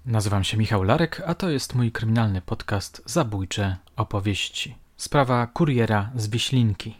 Nazywam się Michał Larek, a to jest mój kryminalny podcast Zabójcze opowieści. Sprawa kuriera z Wiślinki.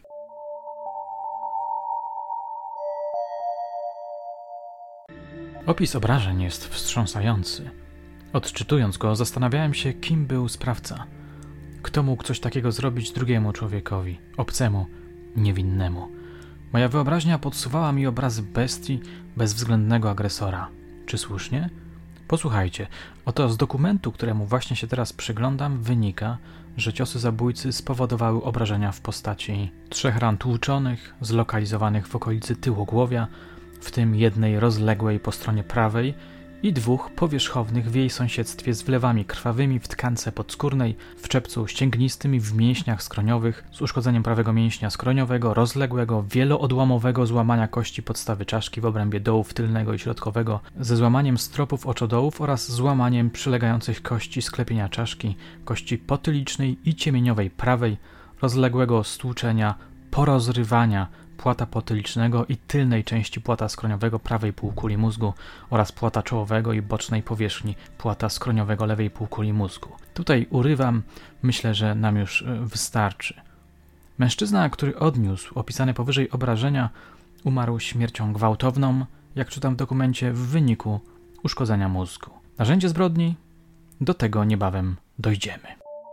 Opis obrażeń jest wstrząsający. Odczytując go, zastanawiałem się, kim był sprawca. Kto mógł coś takiego zrobić drugiemu człowiekowi, obcemu, niewinnemu. Moja wyobraźnia podsuwała mi obrazy bestii, bezwzględnego agresora. Czy słusznie? Posłuchajcie, oto z dokumentu, któremu właśnie się teraz przyglądam, wynika, że ciosy zabójcy spowodowały obrażenia w postaci 3 ran tłuczonych, zlokalizowanych w okolicy tyłogłowia, w tym jednej rozległej po stronie prawej i 2 powierzchownych w jej sąsiedztwie z wlewami krwawymi w tkance podskórnej, w czepcu ścięgnistym i w mięśniach skroniowych, z uszkodzeniem prawego mięśnia skroniowego, rozległego, wieloodłamowego złamania kości podstawy czaszki w obrębie dołów tylnego i środkowego, ze złamaniem stropów oczodołów oraz złamaniem przylegających kości sklepienia czaszki, kości potylicznej i ciemieniowej prawej, rozległego stłuczenia, porozrywania płata potylicznego i tylnej części płata skroniowego prawej półkuli mózgu oraz płata czołowego i bocznej powierzchni płata skroniowego lewej półkuli mózgu. Tutaj urywam, myślę, że nam już wystarczy. Mężczyzna, który odniósł opisane powyżej obrażenia, umarł śmiercią gwałtowną, jak czytam w dokumencie, w wyniku uszkodzenia mózgu. Narzędzie zbrodni? Do tego niebawem dojdziemy.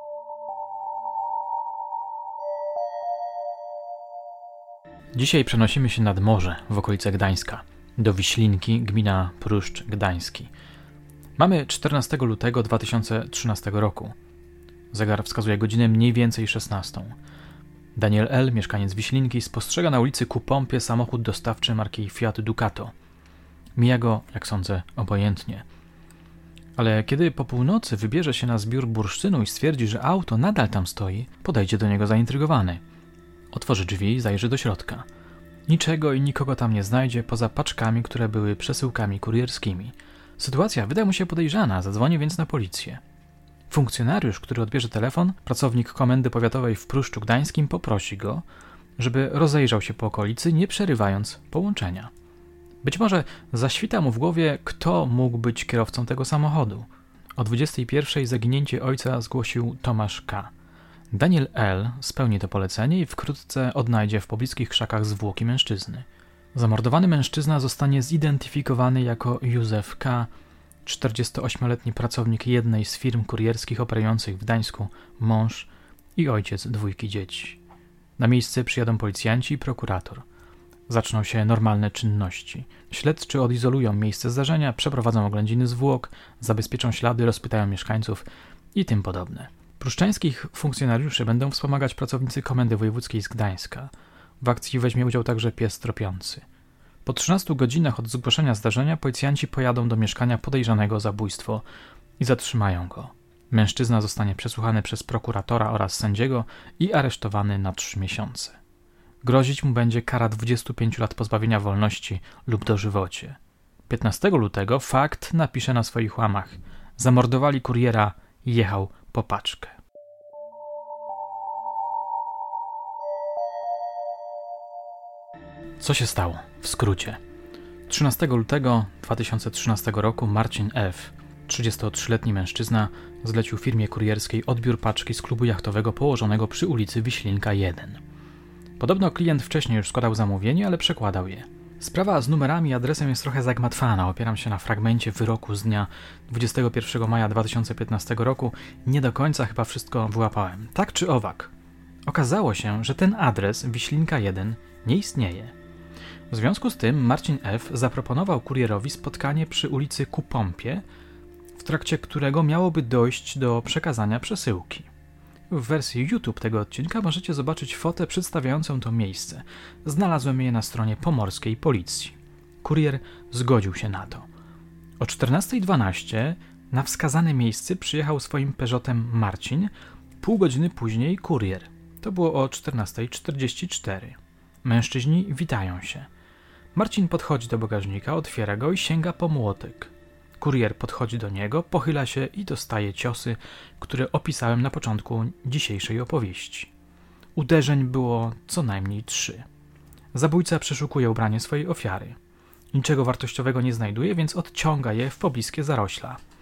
Dzisiaj przenosimy się nad morze, w okolice Gdańska, do Wiślinki, gmina Pruszcz Gdański. Mamy 14 lutego 2013 roku. Zegar wskazuje godzinę mniej więcej 16. Daniel L., mieszkaniec Wiślinki, spostrzega na ulicy ku Pompie samochód dostawczy marki Fiat Ducato. Mija go, jak sądzę, obojętnie. Ale kiedy po północy wybierze się na zbiór bursztynu i stwierdzi, że auto nadal tam stoi, podejdzie do niego zaintrygowany. Otworzy drzwi i zajrzy do środka. Niczego i nikogo tam nie znajdzie poza paczkami, które były przesyłkami kurierskimi. Sytuacja wyda mu się podejrzana, zadzwoni więc na policję. Funkcjonariusz, który odbierze telefon, pracownik Komendy Powiatowej w Pruszczu Gdańskim, poprosi go, żeby rozejrzał się po okolicy, nie przerywając połączenia. Być może zaświta mu w głowie, kto mógł być kierowcą tego samochodu. O 21:00 zaginięcie ojca zgłosił Tomasz K. Daniel L. spełni to polecenie i wkrótce odnajdzie w pobliskich krzakach zwłoki mężczyzny. Zamordowany mężczyzna zostanie zidentyfikowany jako Józef K., 48-letni pracownik jednej z firm kurierskich operujących w Gdańsku, mąż i ojciec 2 dzieci. Na miejsce przyjadą policjanci i prokurator. Zaczną się normalne czynności. Śledczy odizolują miejsce zdarzenia, przeprowadzą oględziny zwłok, zabezpieczą ślady, rozpytają mieszkańców i tym podobne. Pruszczańskich funkcjonariuszy będą wspomagać pracownicy Komendy Wojewódzkiej z Gdańska. W akcji weźmie udział także pies tropiący. Po 13 godzinach od zgłoszenia zdarzenia policjanci pojadą do mieszkania podejrzanego o zabójstwo i zatrzymają go. Mężczyzna zostanie przesłuchany przez prokuratora oraz sędziego i aresztowany na 3 miesiące. Grozić mu będzie kara 25 lat pozbawienia wolności lub dożywocie. 15 lutego Fakt napisze na swoich łamach: zamordowali kuriera, jechał po paczkę. Co się stało? W skrócie. 13 lutego 2013 roku Marcin F., 33-letni mężczyzna, zlecił firmie kurierskiej odbiór paczki z klubu jachtowego położonego przy ulicy Wiślinka 1. Podobno klient wcześniej już składał zamówienie, ale przekładał je. Sprawa z numerami i adresem jest trochę zagmatwana. Opieram się na fragmencie wyroku z dnia 21 maja 2015 roku. Nie do końca chyba wszystko wyłapałem. Tak czy owak, okazało się, że ten adres Wiślinka 1 nie istnieje. W związku z tym Marcin F. zaproponował kurierowi spotkanie przy ulicy Ku Pompie, w trakcie którego miałoby dojść do przekazania przesyłki. W wersji YouTube tego odcinka możecie zobaczyć fotę przedstawiającą to miejsce. Znalazłem je na stronie pomorskiej policji. Kurier zgodził się na to. O 14:12 na wskazane miejsce przyjechał swoim Peugeotem Marcin, pół godziny później kurier. To było o 14:44. Mężczyźni witają się. Marcin podchodzi do bagażnika, otwiera go i sięga po młotek. Kurier podchodzi do niego, pochyla się i dostaje ciosy, które opisałem na początku dzisiejszej opowieści. Uderzeń było co najmniej 3. Zabójca przeszukuje ubranie swojej ofiary. Niczego wartościowego nie znajduje, więc odciąga je w pobliskie zarośla.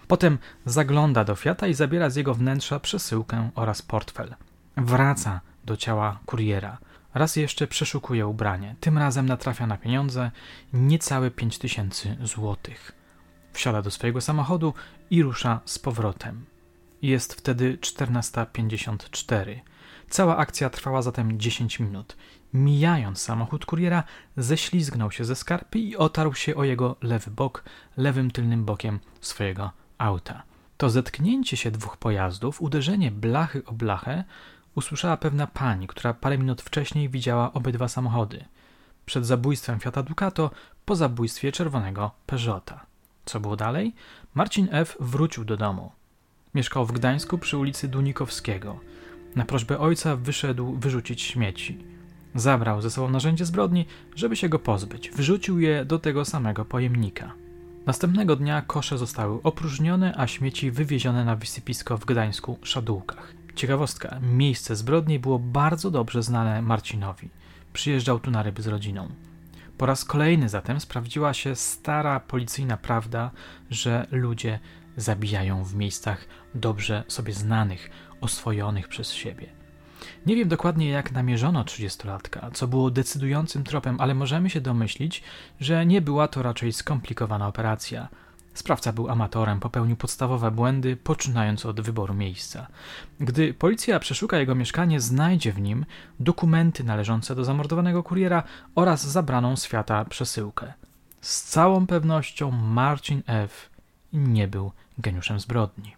Potem zagląda do Fiata i zabiera z jego wnętrza przesyłkę oraz portfel. Wraca do ciała kuriera. Raz jeszcze przeszukuje ubranie. Tym razem natrafia na pieniądze, niecałe 5000 złotych. Wsiada do swojego samochodu i rusza z powrotem. Jest wtedy 14:54. Cała akcja trwała zatem 10 minut. Mijając samochód kuriera, ześlizgnął się ze skarpy i otarł się o jego lewy bok, lewym tylnym bokiem swojego auta. To zetknięcie się dwóch pojazdów, uderzenie blachy o blachę, usłyszała pewna pani, która parę minut wcześniej widziała obydwa samochody. Przed zabójstwem Fiata Ducato, po zabójstwie czerwonego Peugeota. Co było dalej? Marcin F. wrócił do domu. Mieszkał w Gdańsku przy ulicy Dunikowskiego. Na prośbę ojca wyszedł wyrzucić śmieci. Zabrał ze sobą narzędzie zbrodni, żeby się go pozbyć. Wrzucił je do tego samego pojemnika. Następnego dnia kosze zostały opróżnione, a śmieci wywiezione na wysypisko w Gdańsku Szadółkach. Ciekawostka, miejsce zbrodni było bardzo dobrze znane Marcinowi. Przyjeżdżał tu na ryby z rodziną. Po raz kolejny zatem sprawdziła się stara policyjna prawda, że ludzie zabijają w miejscach dobrze sobie znanych, oswojonych przez siebie. Nie wiem dokładnie, jak namierzono 30-latka, co było decydującym tropem, ale możemy się domyślić, że nie była to raczej skomplikowana operacja. Sprawca był amatorem, popełnił podstawowe błędy, poczynając od wyboru miejsca. Gdy policja przeszuka jego mieszkanie, znajdzie w nim dokumenty należące do zamordowanego kuriera oraz zabraną z Fiata przesyłkę. Z całą pewnością Marcin F. nie był geniuszem zbrodni.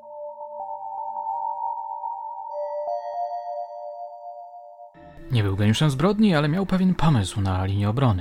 Nie był geniuszem zbrodni, ale miał pewien pomysł na linię obrony.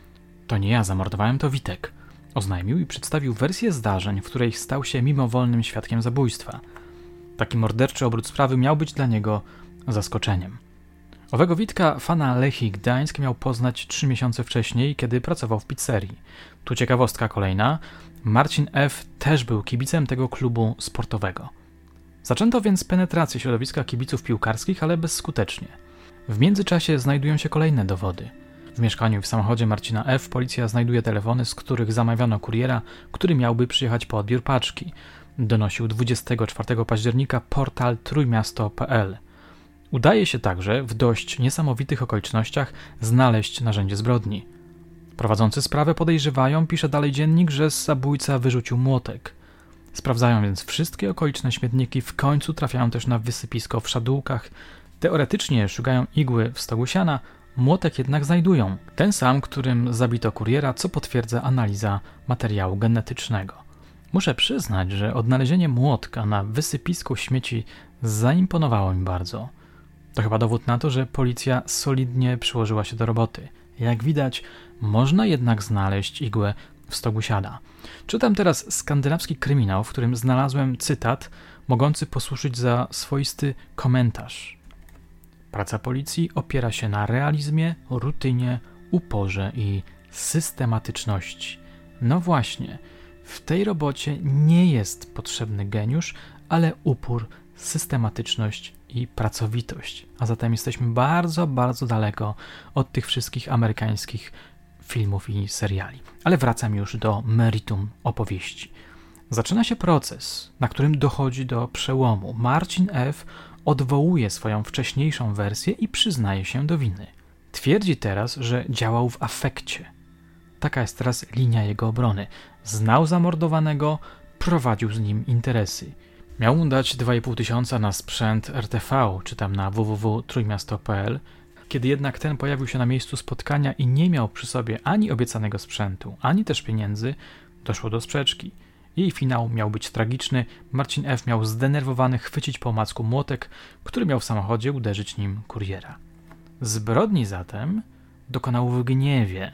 To nie ja zamordowałem, to Witek. Oznajmił i przedstawił wersję zdarzeń, w której stał się mimowolnym świadkiem zabójstwa. Taki morderczy obrót sprawy miał być dla niego zaskoczeniem. Owego Witka fana Lechii Gdańsk miał poznać 3 miesiące wcześniej, kiedy pracował w pizzerii. Tu ciekawostka kolejna. Marcin F. też był kibicem tego klubu sportowego. Zaczęto więc penetrację środowiska kibiców piłkarskich, ale bezskutecznie. W międzyczasie znajdują się kolejne dowody. W mieszkaniu i w samochodzie Marcina F. policja znajduje telefony, z których zamawiano kuriera, który miałby przyjechać po odbiór paczki. Donosił 24 października portal trójmiasto.pl. Udaje się także w dość niesamowitych okolicznościach znaleźć narzędzie zbrodni. Prowadzący sprawę podejrzewają, pisze dalej dziennik, że zabójca wyrzucił młotek. Sprawdzają więc wszystkie okoliczne śmietniki, w końcu trafiają też na wysypisko w Szadółkach. Teoretycznie szukają igły w stogu siana, młotek jednak znajdują. Ten sam, którym zabito kuriera, co potwierdza analiza materiału genetycznego. Muszę przyznać, że odnalezienie młotka na wysypisku śmieci zaimponowało mi bardzo. To chyba dowód na to, że policja solidnie przyłożyła się do roboty. Jak widać, można jednak znaleźć igłę w stogu siana. Czytam teraz skandynawski kryminał, w którym znalazłem cytat mogący posłużyć za swoisty komentarz. Praca policji opiera się na realizmie, rutynie, uporze i systematyczności. No właśnie, w tej robocie nie jest potrzebny geniusz, ale upór, systematyczność i pracowitość. A zatem jesteśmy bardzo, bardzo daleko od tych wszystkich amerykańskich filmów i seriali. Ale wracam już do meritum opowieści. Zaczyna się proces, na którym dochodzi do przełomu. Marcin F. odwołuje swoją wcześniejszą wersję i przyznaje się do winy. Twierdzi teraz, że działał w afekcie. Taka jest teraz linia jego obrony. Znał zamordowanego, prowadził z nim interesy. Miał mu dać 2,5 tysiąca na sprzęt RTV, czy tam na www.trójmiasto.pl. Kiedy jednak ten pojawił się na miejscu spotkania i nie miał przy sobie ani obiecanego sprzętu, ani też pieniędzy, doszło do sprzeczki. Jej finał miał być tragiczny. Marcin F. miał zdenerwowany chwycić po omacku młotek, który miał w samochodzie uderzyć nim kuriera. Zbrodni zatem dokonał w gniewie,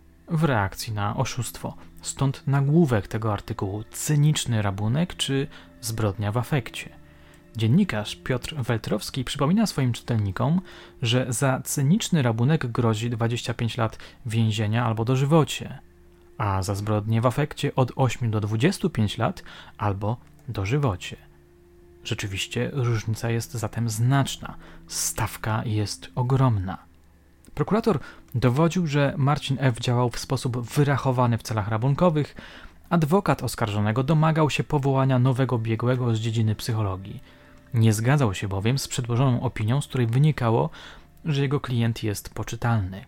w reakcji na oszustwo. Stąd nagłówek tego artykułu: cyniczny rabunek czy zbrodnia w afekcie. Dziennikarz Piotr Weltrowski przypomina swoim czytelnikom, że za cyniczny rabunek grozi 25 lat więzienia albo dożywocie, a za zbrodnię w afekcie od 8 do 25 lat albo dożywocie. Rzeczywiście różnica jest zatem znaczna, stawka jest ogromna. Prokurator dowodził, że Marcin F. działał w sposób wyrachowany w celach rabunkowych, Adwokat oskarżonego domagał się powołania nowego biegłego z dziedziny psychologii. Nie zgadzał się bowiem z przedłożoną opinią, z której wynikało, że jego klient jest poczytalny.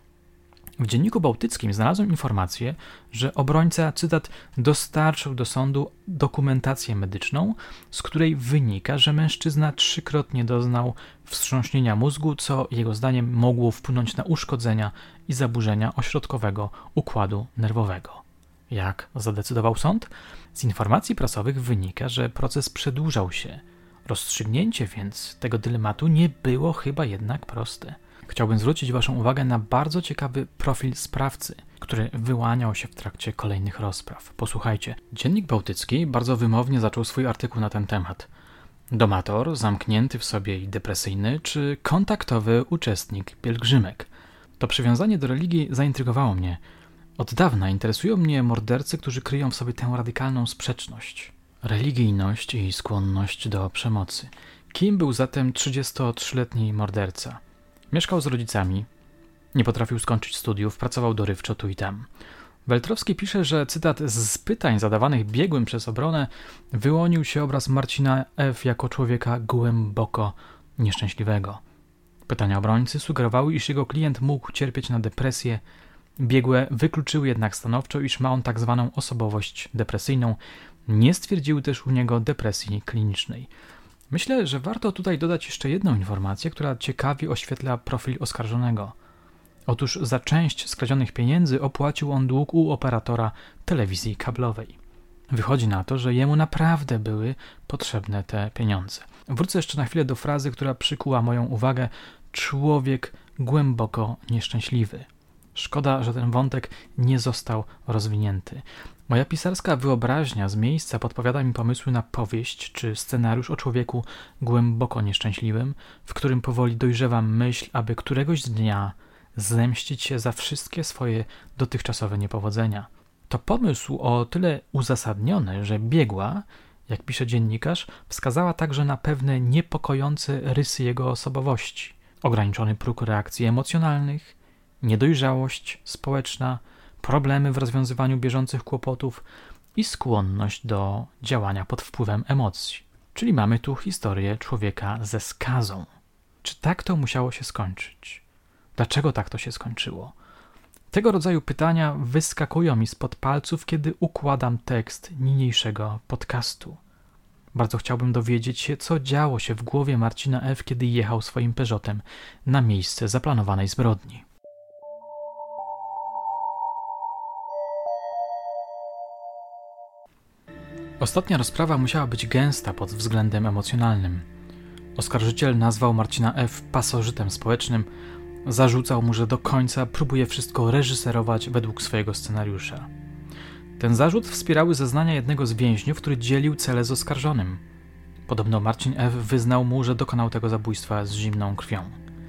W Dzienniku Bałtyckim znalazłem informację, że obrońca, cytat, dostarczył do sądu dokumentację medyczną, z której wynika, że mężczyzna 3-krotnie doznał wstrząśnienia mózgu, co jego zdaniem mogło wpłynąć na uszkodzenia i zaburzenia ośrodkowego układu nerwowego. Jak zadecydował sąd? Z informacji prasowych wynika, że proces przedłużał się. Rozstrzygnięcie więc tego dylematu nie było chyba jednak proste. Chciałbym zwrócić Waszą uwagę na bardzo ciekawy profil sprawcy, który wyłaniał się w trakcie kolejnych rozpraw. Posłuchajcie. Dziennik Bałtycki bardzo wymownie zaczął swój artykuł na ten temat. Domator, zamknięty w sobie i depresyjny, czy kontaktowy uczestnik pielgrzymek? To przywiązanie do religii zaintrygowało mnie. Od dawna interesują mnie mordercy, którzy kryją w sobie tę radykalną sprzeczność. Religijność i skłonność do przemocy. Kim był zatem 33-letni morderca? Mieszkał z rodzicami, nie potrafił skończyć studiów, pracował dorywczo tu i tam. Weltrowski pisze, że, cytat, z pytań zadawanych biegłym przez obronę wyłonił się obraz Marcina F. jako człowieka głęboko nieszczęśliwego. Pytania obrońcy sugerowały, iż jego klient mógł cierpieć na depresję. Biegłe wykluczyły jednak stanowczo, iż ma on tak zwaną osobowość depresyjną. Nie stwierdziły też u niego depresji klinicznej. Myślę, że warto tutaj dodać jeszcze jedną informację, która ciekawie oświetla profil oskarżonego. Otóż za część skradzionych pieniędzy opłacił on dług u operatora telewizji kablowej. Wychodzi na to, że jemu naprawdę były potrzebne te pieniądze. Wrócę jeszcze na chwilę do frazy, która przykuła moją uwagę. Człowiek głęboko nieszczęśliwy. Szkoda, że ten wątek nie został rozwinięty. Moja pisarska wyobraźnia z miejsca podpowiada mi pomysły na powieść czy scenariusz o człowieku głęboko nieszczęśliwym, w którym powoli dojrzewa myśl, aby któregoś dnia zemścić się za wszystkie swoje dotychczasowe niepowodzenia. To pomysł o tyle uzasadniony, że biegła, jak pisze dziennikarz, wskazała także na pewne niepokojące rysy jego osobowości. Ograniczony próg reakcji emocjonalnych, niedojrzałość społeczna, problemy w rozwiązywaniu bieżących kłopotów i skłonność do działania pod wpływem emocji. Czyli mamy tu historię człowieka ze skazą. Czy tak to musiało się skończyć? Dlaczego tak to się skończyło? Tego rodzaju pytania wyskakują mi spod palców, kiedy układam tekst niniejszego podcastu. Bardzo chciałbym dowiedzieć się, co działo się w głowie Marcina F., kiedy jechał swoim Peugeotem na miejsce zaplanowanej zbrodni. Ostatnia rozprawa musiała być gęsta pod względem emocjonalnym. Oskarżyciel nazwał Marcina F. pasożytem społecznym, zarzucał mu, że do końca próbuje wszystko reżyserować według swojego scenariusza. Ten zarzut wspierały zeznania jednego z więźniów, który dzielił cele z oskarżonym. Podobno Marcin F. wyznał mu, że dokonał tego zabójstwa z zimną krwią.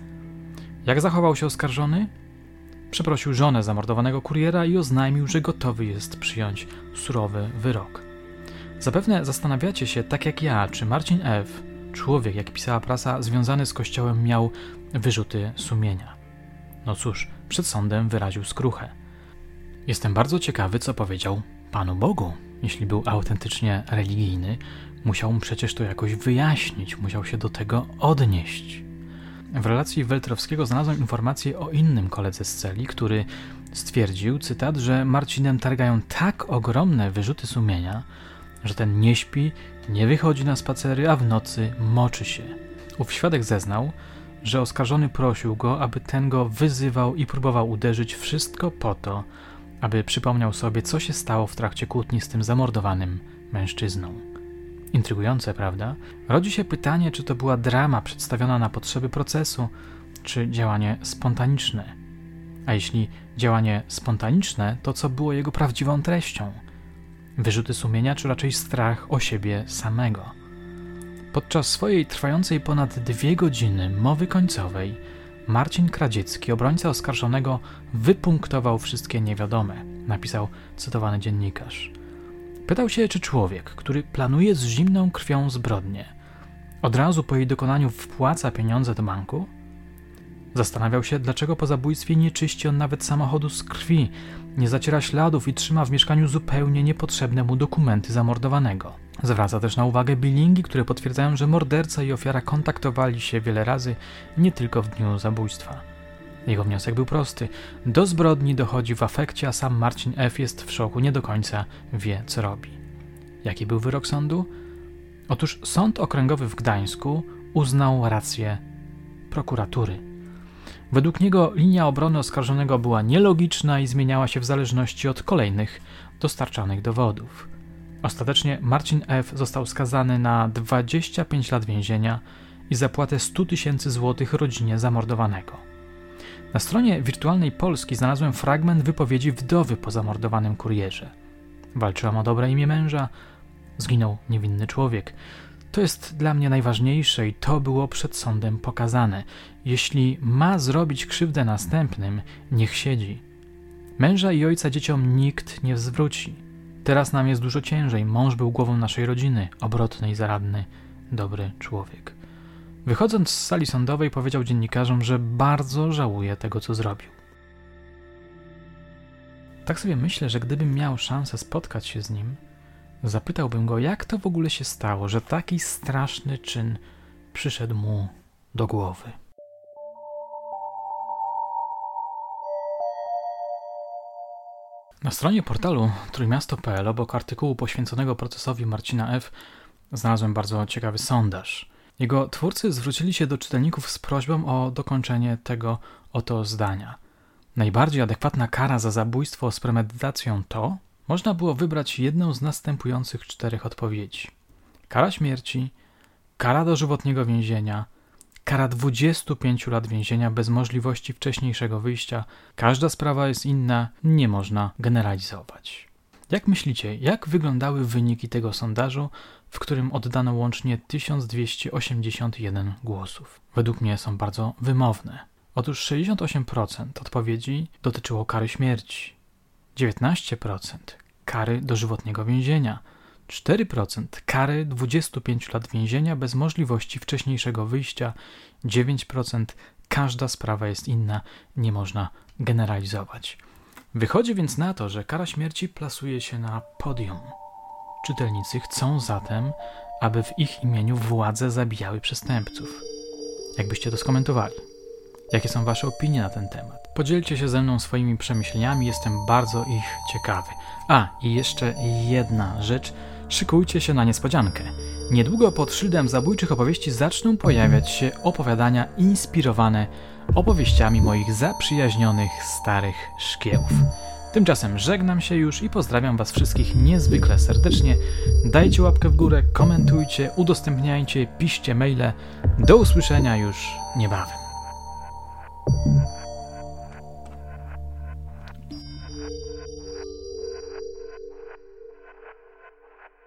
Jak zachował się oskarżony? Przeprosił żonę zamordowanego kuriera i oznajmił, że gotowy jest przyjąć surowy wyrok. Zapewne zastanawiacie się, tak jak ja, czy Marcin F., człowiek, jak pisała prasa, związany z Kościołem, miał wyrzuty sumienia. No cóż, przed sądem wyraził skruchę. Jestem bardzo ciekawy, co powiedział Panu Bogu. Jeśli był autentycznie religijny, musiał mu przecież to jakoś wyjaśnić, musiał się do tego odnieść. W relacji Weltrowskiego znalazłem informację o innym koledze z celi, który stwierdził, cytat, że Marcinem targają tak ogromne wyrzuty sumienia, że ten nie śpi, nie wychodzi na spacery, a w nocy moczy się. Ów świadek zeznał, że oskarżony prosił go, aby ten go wyzywał i próbował uderzyć, wszystko po to, aby przypomniał sobie, co się stało w trakcie kłótni z tym zamordowanym mężczyzną. Intrygujące, prawda? Rodzi się pytanie, czy to była drama przedstawiona na potrzeby procesu, czy działanie spontaniczne. A jeśli działanie spontaniczne, to co było jego prawdziwą treścią? Wyrzuty sumienia, czy raczej strach o siebie samego? Podczas swojej trwającej ponad 2 godziny mowy końcowej Marcin Kradziecki, obrońca oskarżonego, wypunktował wszystkie niewiadome, napisał cytowany dziennikarz. Pytał się, czy człowiek, który planuje z zimną krwią zbrodnię, od razu po jej dokonaniu wpłaca pieniądze do banku? Zastanawiał się, dlaczego po zabójstwie nie czyści on nawet samochodu z krwi, Nie zaciera śladów i trzyma w mieszkaniu zupełnie niepotrzebne mu dokumenty zamordowanego. Zwraca też na uwagę bilingi, które potwierdzają, że morderca i ofiara kontaktowali się wiele razy, nie tylko w dniu zabójstwa. Jego wniosek był prosty. Do zbrodni dochodzi w afekcie, a sam Marcin F. jest w szoku, nie do końca wie, co robi. Jaki był wyrok sądu? Otóż Sąd Okręgowy w Gdańsku uznał rację prokuratury. Według niego linia obrony oskarżonego była nielogiczna i zmieniała się w zależności od kolejnych dostarczanych dowodów. Ostatecznie Marcin F. został skazany na 25 lat więzienia i zapłatę 100 000 złotych rodzinie zamordowanego. Na stronie Wirtualnej Polski znalazłem fragment wypowiedzi wdowy po zamordowanym kurierze. Walczyłam o dobre imię męża, zginął niewinny człowiek. To jest dla mnie najważniejsze i to było przed sądem pokazane. Jeśli ma zrobić krzywdę następnym, niech siedzi. Męża i ojca dzieciom nikt nie zwróci. Teraz nam jest dużo ciężej. Mąż był głową naszej rodziny, obrotny i zaradny, dobry człowiek. Wychodząc z sali sądowej powiedział dziennikarzom, że bardzo żałuje tego, co zrobił. Tak sobie myślę, że gdybym miał szansę spotkać się z nim, zapytałbym go, jak to w ogóle się stało, że taki straszny czyn przyszedł mu do głowy. Na stronie portalu trójmiasto.pl obok artykułu poświęconego procesowi Marcina F. znalazłem bardzo ciekawy sondaż. Jego twórcy zwrócili się do czytelników z prośbą o dokończenie tego oto zdania. Najbardziej adekwatna kara za zabójstwo z premedytacją to... Można było wybrać jedną z następujących 4 odpowiedzi. Kara śmierci, kara dożywotniego więzienia, kara 25 lat więzienia bez możliwości wcześniejszego wyjścia. Każda sprawa jest inna, nie można generalizować. Jak myślicie, jak wyglądały wyniki tego sondażu, w którym oddano łącznie 1281 głosów? Według mnie są bardzo wymowne. Otóż 68% odpowiedzi dotyczyło kary śmierci, 19% kary dożywotniego więzienia, 4% kary 25 lat więzienia bez możliwości wcześniejszego wyjścia, 9% każda sprawa jest inna, nie można generalizować. Wychodzi więc na to, że kara śmierci plasuje się na podium. Czytelnicy chcą zatem, aby w ich imieniu władze zabijały przestępców. Jakbyście to skomentowali? Jakie są wasze opinie na ten temat? Podzielcie się ze mną swoimi przemyśleniami, jestem bardzo ich ciekawy. I jeszcze jedna rzecz. Szykujcie się na niespodziankę. Niedługo pod szyldem zabójczych opowieści zaczną pojawiać się opowiadania inspirowane opowieściami moich zaprzyjaźnionych starych szkiełów. Tymczasem żegnam się już i pozdrawiam was wszystkich niezwykle serdecznie. Dajcie łapkę w górę, komentujcie, udostępniajcie, piszcie maile. Do usłyszenia już niebawem.